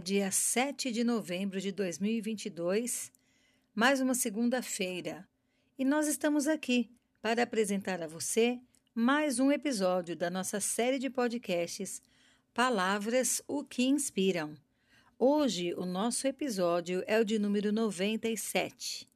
dia 7 de novembro de 2022, mais uma segunda-feira, e nós estamos aqui para apresentar a você mais um episódio da nossa série de podcasts Palavras, o que Inspiram. Hoje, o nosso episódio é o de número 97.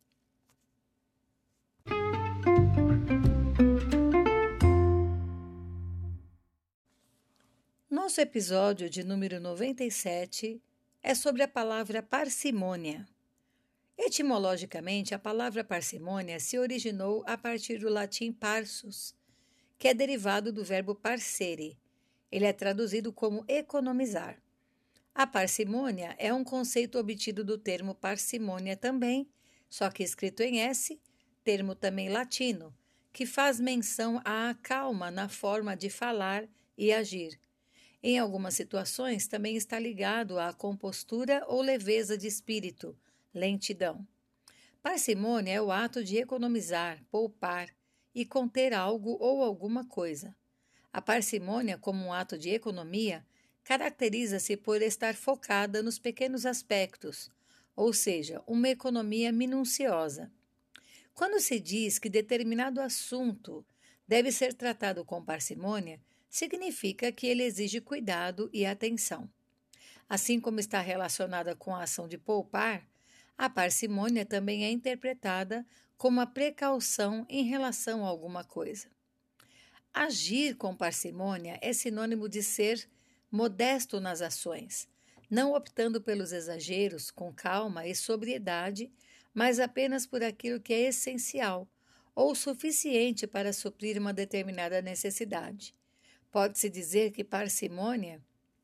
Nosso episódio de número 97 é sobre a palavra parcimônia. Etimologicamente, a palavra parcimônia se originou a partir do latim parsus, que é derivado do verbo parcere. Ele é traduzido como economizar. A parcimônia é um conceito obtido do termo parcimônia também, só que escrito em S, termo também latino, que faz menção à calma na forma de falar e agir. Em algumas situações, também está ligado à compostura ou leveza de espírito, lentidão. Parcimônia é o ato de economizar, poupar e conter algo ou alguma coisa. A parcimônia, como um ato de economia, caracteriza-se por estar focada nos pequenos aspectos, ou seja, uma economia minuciosa. Quando se diz que determinado assunto deve ser tratado com parcimônia, significa que ele exige cuidado e atenção. Assim como está relacionada com a ação de poupar, a parcimônia também é interpretada como a precaução em relação a alguma coisa. Agir com parcimônia é sinônimo de ser modesto nas ações, não optando pelos exageros, com calma e sobriedade, mas apenas por aquilo que é essencial ou suficiente para suprir uma determinada necessidade. Pode-se dizer que parcimônia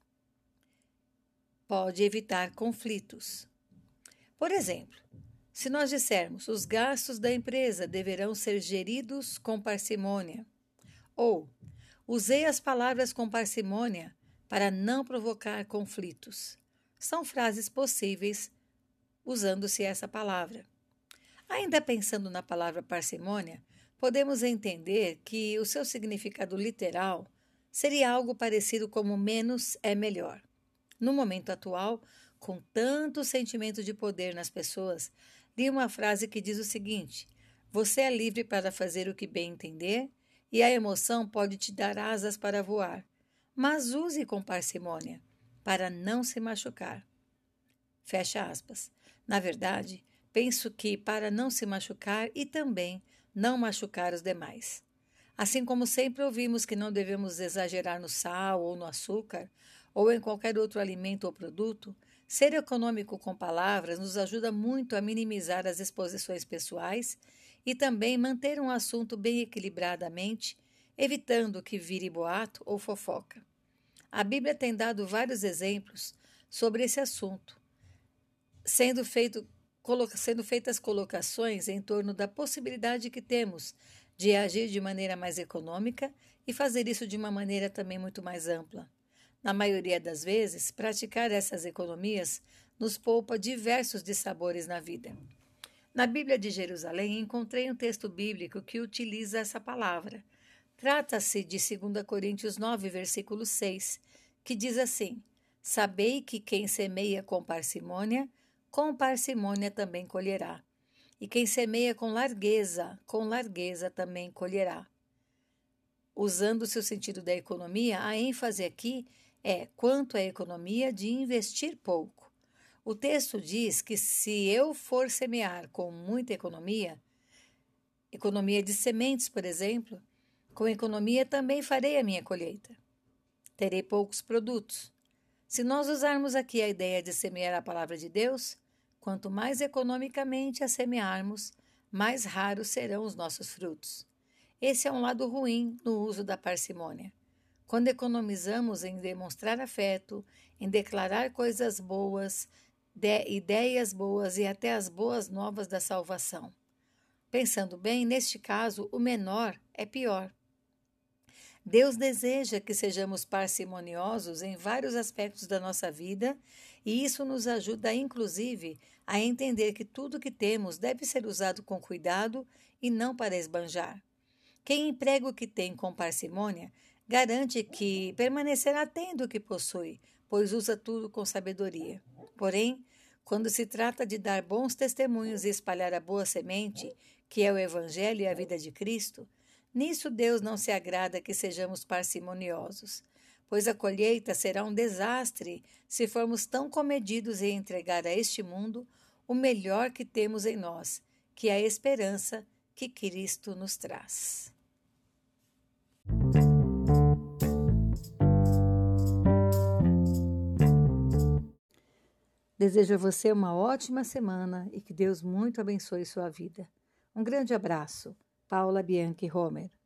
pode evitar conflitos. Por exemplo, se nós dissermos os gastos da empresa deverão ser geridos com parcimônia, ou usei as palavras com parcimônia para não provocar conflitos, são frases possíveis usando-se essa palavra. Ainda pensando na palavra parcimônia, podemos entender que o seu significado literal seria algo parecido como menos é melhor. No momento atual, com tanto sentimento de poder nas pessoas, li uma frase que diz o seguinte: você é livre para fazer o que bem entender e a emoção pode te dar asas para voar, mas use com parcimônia, para não se machucar. Fecha aspas. Na verdade, penso que para não se machucar e também não machucar os demais. Assim como sempre ouvimos que não devemos exagerar no sal ou no açúcar, ou em qualquer outro alimento ou produto, ser econômico com palavras nos ajuda muito a minimizar as exposições pessoais e também manter um assunto bem equilibradamente, evitando que vire boato ou fofoca. A Bíblia tem dado vários exemplos sobre esse assunto, sendo feitas colocações em torno da possibilidade que temos de agir de maneira mais econômica e fazer isso de uma maneira também muito mais ampla. Na maioria das vezes, praticar essas economias nos poupa diversos dissabores na vida. Na Bíblia de Jerusalém, encontrei um texto bíblico que utiliza essa palavra. Trata-se de 2 Coríntios 9, versículo 6, que diz assim: sabei que quem semeia com parcimônia também colherá. E quem semeia com largueza também colherá. Usando-se o sentido da economia, a ênfase aqui é quanto à economia de investir pouco. O texto diz que se eu for semear com muita economia de sementes, por exemplo, com economia também farei a minha colheita. Terei poucos produtos. Se nós usarmos aqui a ideia de semear a palavra de Deus, quanto mais economicamente a semearmos, mais raros serão os nossos frutos. Esse é um lado ruim no uso da parcimônia. Quando economizamos em demonstrar afeto, em declarar coisas boas, ideias boas e até as boas novas da salvação. Pensando bem, neste caso, o menor é pior. Deus deseja que sejamos parcimoniosos em vários aspectos da nossa vida e isso nos ajuda, inclusive, a entender que tudo que temos deve ser usado com cuidado e não para esbanjar. Quem emprega o que tem com parcimônia garante que permanecerá tendo o que possui, pois usa tudo com sabedoria. Porém, quando se trata de dar bons testemunhos e espalhar a boa semente, que é o Evangelho e a vida de Cristo, nisso Deus não se agrada que sejamos parcimoniosos, pois a colheita será um desastre se formos tão comedidos em entregar a este mundo o melhor que temos em nós, que é a esperança que Cristo nos traz. Desejo a você uma ótima semana e que Deus muito abençoe sua vida. Um grande abraço. Paula Bianchi Homer.